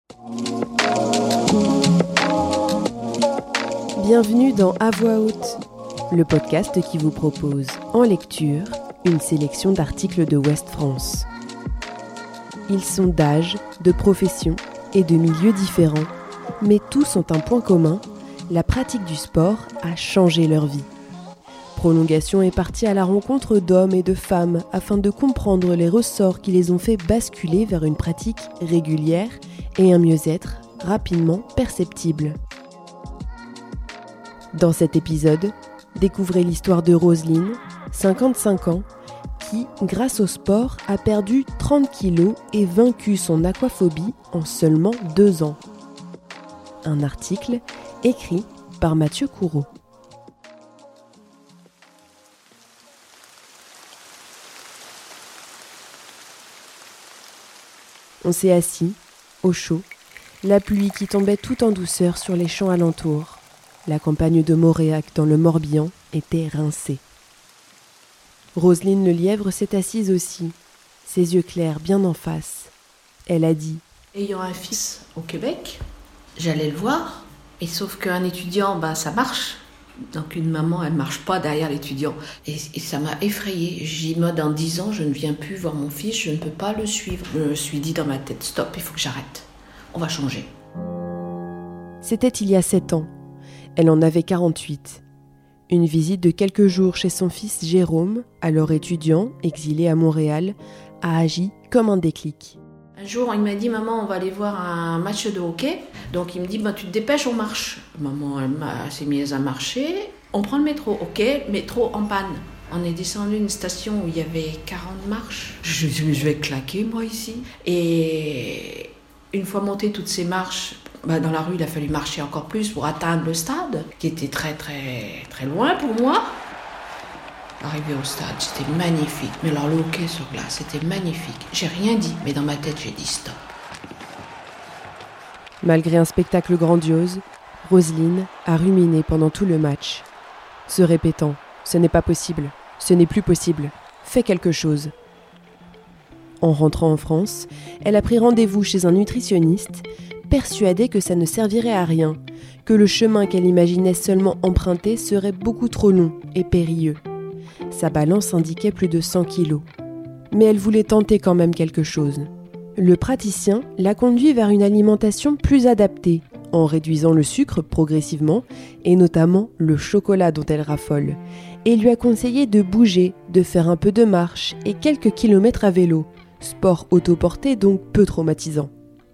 Bienvenue dans À voix haute, le podcast qui vous propose, en lecture, une sélection d'articles de Ouest France. Ils sont d'âge, de profession et de milieux différents, mais tous ont un point commun, la pratique du sport a changé leur vie. Prolongation est partie à la rencontre d'hommes et de femmes afin de comprendre les ressorts qui les ont fait basculer vers une pratique régulière et un mieux-être rapidement perceptible. Dans cet épisode, découvrez l'histoire de Roselyne, 55 ans, qui, grâce au sport, a perdu 30 kilos et vaincu son aquaphobie en seulement 2 ans. Un article écrit par Mathieu Courreau. On s'est assis, au chaud, la pluie qui tombait tout en douceur sur les champs alentours. La campagne de Moréac dans le Morbihan était rincée. Roselyne Le Lièvre s'est assise aussi, ses yeux clairs bien en face. Elle a dit « Ayant un fils au Québec, j'allais le voir, et sauf qu'un étudiant, ça marche. Donc une maman, elle ne marche pas derrière l'étudiant. Et ça m'a effrayée. J'ai dit, moi, dans 10 ans, je ne viens plus voir mon fils, je ne peux pas le suivre. Je me suis dit dans ma tête, stop, il faut que j'arrête. On va changer. » C'était il y a 7 ans. Elle en avait 48. Une visite de quelques jours chez son fils Jérôme, alors étudiant, exilé à Montréal, a agi comme un déclic. Un jour, il m'a dit, maman, on va aller voir un match de hockey. Donc il me dit, tu te dépêches, on marche. Maman, elle s'est mise à marcher. On prend le métro, ok, métro en panne. On est descendu une station où il y avait 40 marches. Je me suis dit, je vais claquer, moi, ici. Et une fois montées toutes ces marches, dans la rue, il a fallu marcher encore plus pour atteindre le stade, qui était très, très, très loin pour moi. Arrivé au stade, c'était magnifique. Mais alors le hockey sur glace, c'était magnifique. J'ai rien dit, mais dans ma tête, j'ai dit stop. Malgré un spectacle grandiose, Roselyne a ruminé pendant tout le match, se répétant « Ce n'est pas possible, ce n'est plus possible, fais quelque chose ». En rentrant en France, elle a pris rendez-vous chez un nutritionniste, persuadée que ça ne servirait à rien, que le chemin qu'elle imaginait seulement emprunter serait beaucoup trop long et périlleux. Sa balance indiquait plus de 100 kilos. Mais elle voulait tenter quand même quelque chose. Le praticien l'a conduit vers une alimentation plus adaptée, en réduisant le sucre progressivement, et notamment le chocolat dont elle raffole, et lui a conseillé de bouger, de faire un peu de marche et quelques kilomètres à vélo, sport autoporté donc peu traumatisant.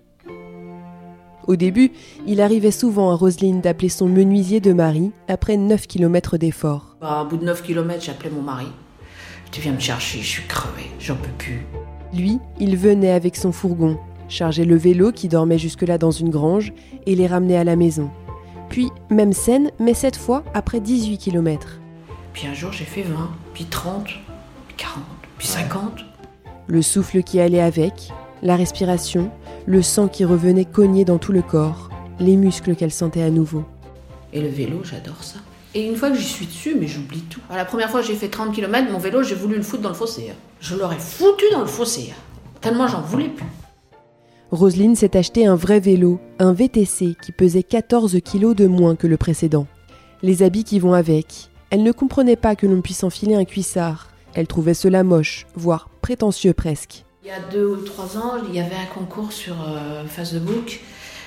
Au début, il arrivait souvent à Roselyne d'appeler son menuisier de mari après 9 km d'efforts. Au bout de 9 km, j'appelais mon mari. Tu viens me chercher, je suis crevée, j'en peux plus. Lui, il venait avec son fourgon, chargeait le vélo qui dormait jusque-là dans une grange et les ramenait à la maison. Puis, même scène, mais cette fois après 18 km. Puis un jour, j'ai fait 20, puis 30, puis 40, puis 50. Le souffle qui allait avec, la respiration, le sang qui revenait cogner dans tout le corps, les muscles qu'elle sentait à nouveau. Et le vélo, j'adore ça. Et une fois que j'y suis dessus, mais j'oublie tout. La première fois que j'ai fait 30 km, mon vélo, j'ai voulu le foutre dans le fossé. Je l'aurais foutu dans le fossé, tellement j'en voulais plus. Roselyne s'est acheté un vrai vélo, un VTC qui pesait 14 kilos de moins que le précédent. Les habits qui vont avec. Elle ne comprenait pas que l'on puisse enfiler un cuissard. Elle trouvait cela moche, voire prétentieux presque. Il y a 2 ou 3 ans, il y avait un concours sur Facebook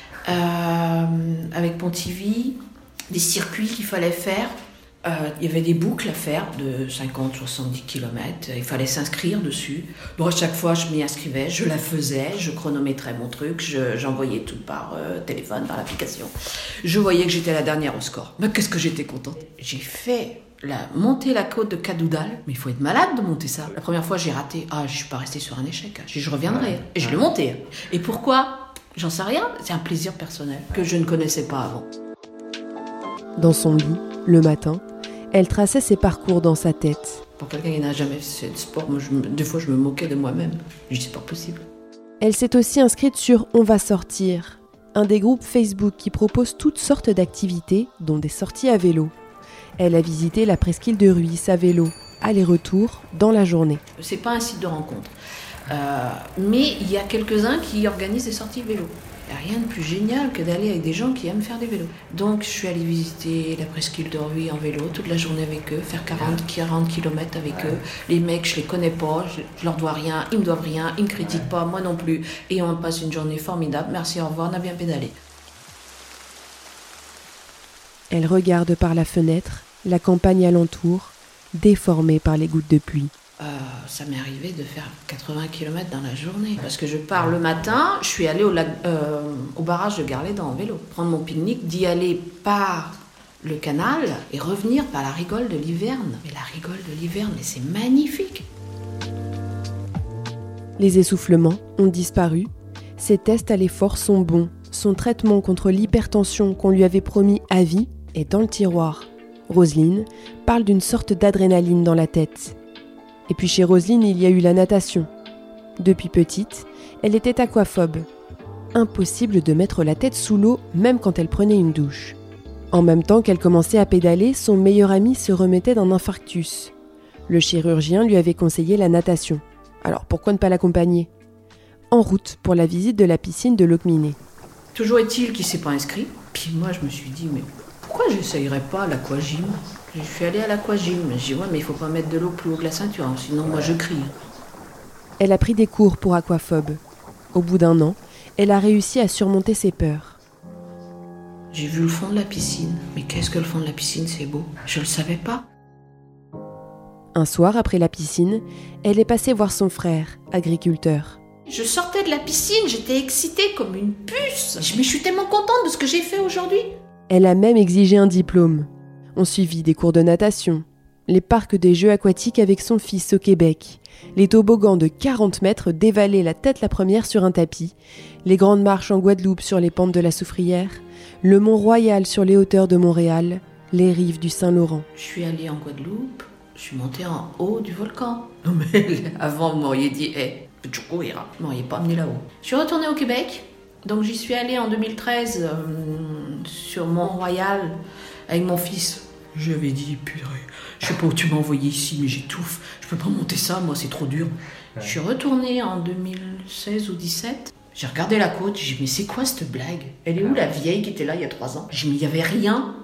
avec Pontivy, des circuits qu'il fallait faire. Il y avait des boucles à faire de 50-70 km. Il fallait s'inscrire dessus. Bon, à chaque fois, je m'y inscrivais, je la faisais, je chronométrais mon truc, j'envoyais tout par téléphone, par l'application. Je voyais que j'étais la dernière au score. Mais qu'est-ce que j'étais contente. J'ai fait monter la côte de Cadoudal, mais il faut être malade de monter ça. La première fois, j'ai raté. Je suis pas restée sur un échec. Je reviendrai. Et je l'ai monté. Et pourquoi ? J'en sais rien. C'est un plaisir personnel que je ne connaissais pas avant. Dans son lit, le matin, elle traçait ses parcours dans sa tête. Pour quelqu'un qui n'a jamais fait de sport, des fois je me moquais de moi-même. Je dis c'est pas possible. Elle s'est aussi inscrite sur On va sortir, un des groupes Facebook qui propose toutes sortes d'activités, dont des sorties à vélo. Elle a visité la presqu'île de Rhuys à vélo, aller-retour, dans la journée. C'est pas un site de rencontre, mais il y a quelques-uns qui organisent des sorties vélo. Il n'y a rien de plus génial que d'aller avec des gens qui aiment faire du vélo. Donc je suis allée visiter la presqu'île de Rhuys en vélo toute la journée avec eux, faire 40 km avec eux. Les mecs, je les connais pas, je leur dois rien, ils me doivent rien, ils me critiquent pas, moi non plus. Et on passe une journée formidable. Merci, au revoir, on a bien pédalé. Elle regarde par la fenêtre la campagne alentour, déformée par les gouttes de pluie. Ça m'est arrivé de faire 80 km dans la journée. Parce que je pars le matin, je suis allée au barrage de Garlédan en vélo. Prendre mon pique-nique, d'y aller par le canal et revenir par la rigole de l'Hiverne. Mais la rigole de l'Hiverne, mais c'est magnifique. Les essoufflements ont disparu. Ses tests à l'effort sont bons. Son traitement contre l'hypertension qu'on lui avait promis à vie est dans le tiroir. Roselyne parle d'une sorte d'adrénaline dans la tête. Et puis chez Roselyne, il y a eu la natation. Depuis petite, elle était aquaphobe. Impossible de mettre la tête sous l'eau, même quand elle prenait une douche. En même temps qu'elle commençait à pédaler, son meilleur ami se remettait d'un infarctus. Le chirurgien lui avait conseillé la natation. Alors pourquoi ne pas l'accompagner ? En route pour la visite de la piscine de Locminé. Toujours est-il qu'il ne s'est pas inscrit. Puis moi, je me suis dit, mais pourquoi je n'essayerais pas l'aquagym ? Je suis allée à l'aquagym. Je dis, ouais, mais il ne faut pas mettre de l'eau plus haut que la ceinture, hein, sinon moi je crie. Elle a pris des cours pour aquaphobe. Au bout d'1 an, elle a réussi à surmonter ses peurs. J'ai vu le fond de la piscine. Mais qu'est-ce que le fond de la piscine, c'est beau. Je ne le savais pas. Un soir, après la piscine, elle est passée voir son frère, agriculteur. Je sortais de la piscine, j'étais excitée comme une puce. Mais je suis tellement contente de ce que j'ai fait aujourd'hui. Elle a même exigé un diplôme. On suivit des cours de natation, les parcs des jeux aquatiques avec son fils au Québec, les toboggans de 40 mètres dévalés la tête la première sur un tapis, les grandes marches en Guadeloupe sur les pentes de la Soufrière, le Mont-Royal sur les hauteurs de Montréal, les rives du Saint-Laurent. Je suis allée en Guadeloupe, je suis montée en haut du volcan. Non mais avant vous m'auriez dit, tu courir, vous m'auriez pas amené là-haut. Je suis retournée au Québec, donc j'y suis allée en 2013 sur Mont-Royal avec mon fils. Je lui avais dit, purée, je sais pas où tu m'as envoyé ici, mais j'étouffe, je peux pas monter ça, moi c'est trop dur. Ouais. Je suis retournée en 2016 ou 2017, j'ai regardé la côte, j'ai dit, mais c'est quoi cette blague ? Elle est où la vieille qui était là il y a 3 ans ? J'ai dit, mais il y avait rien.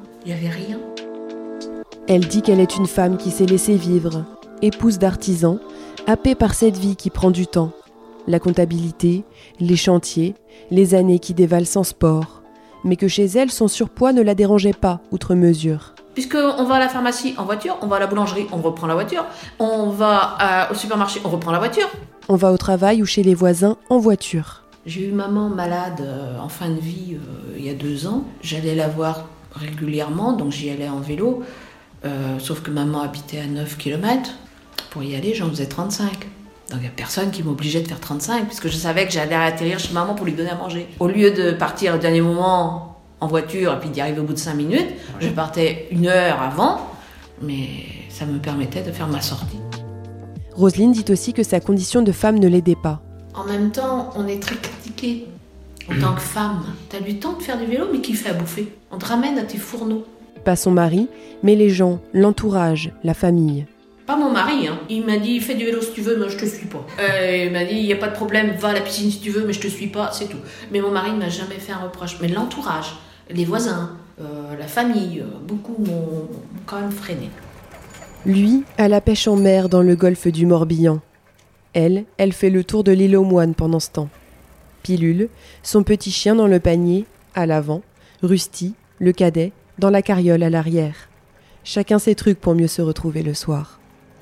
Elle dit qu'elle est une femme qui s'est laissée vivre, épouse d'artisan, happée par cette vie qui prend du temps. La comptabilité, les chantiers, les années qui dévalent sans sport. Mais que chez elle, son surpoids ne la dérangeait pas, outre mesure. Puisqu'on va à la pharmacie en voiture, on va à la boulangerie, on reprend la voiture, on va au supermarché, on reprend la voiture. On va au travail ou chez les voisins en voiture. J'ai eu maman malade en fin de vie il y a 2 ans. J'allais la voir régulièrement, donc j'y allais en vélo. Sauf que maman habitait à 9 km. Pour y aller, j'en faisais 35. Donc il n'y a personne qui m'obligeait de faire 35, puisque je savais que j'allais atterrir chez maman pour lui donner à manger. Au lieu de partir au dernier moment en voiture et puis d'y arriver au bout de 5 minutes, je partais 1 heure avant, mais ça me permettait de faire ma sortie. Roselyne dit aussi que sa condition de femme ne l'aidait pas. En même temps, on est très critiqué en tant que femme. T'as du temps de faire du vélo, mais qui fait à bouffer ? On te ramène à tes fourneaux. Pas son mari, mais les gens, l'entourage, la famille. Pas mon mari, hein. Il m'a dit, fais du vélo si tu veux, mais je te suis pas. Il m'a dit, il n'y a pas de problème, va à la piscine si tu veux, mais je te suis pas, c'est tout. Mais mon mari ne m'a jamais fait un reproche. Mais l'entourage, les voisins, la famille, beaucoup m'ont quand même freiné. Lui, à la pêche en mer dans le golfe du Morbihan. Elle fait le tour de l'île aux Moines pendant ce temps. Pilule, son petit chien dans le panier, à l'avant, Rusty, le cadet, dans la carriole à l'arrière. Chacun ses trucs pour mieux se retrouver le soir.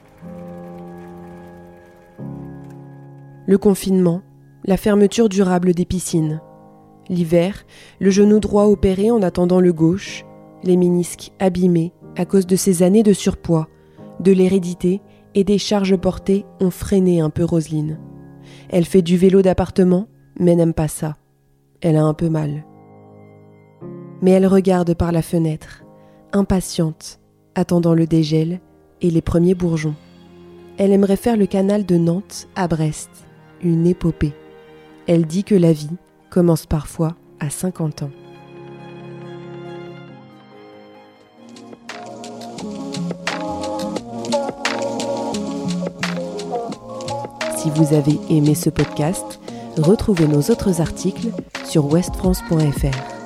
Le confinement, la fermeture durable des piscines. L'hiver, le genou droit opéré en attendant le gauche, les ménisques abîmés à cause de ces années de surpoids, de l'hérédité et des charges portées ont freiné un peu Roselyne. Elle fait du vélo d'appartement, mais n'aime pas ça. Elle a un peu mal. Mais elle regarde par la fenêtre, impatiente, attendant le dégel et les premiers bourgeons. Elle aimerait faire le canal de Nantes à Brest, une épopée. Elle dit que la vie commence parfois à 50 ans. Si vous avez aimé ce podcast, Retrouvez nos autres articles sur westfrance.fr.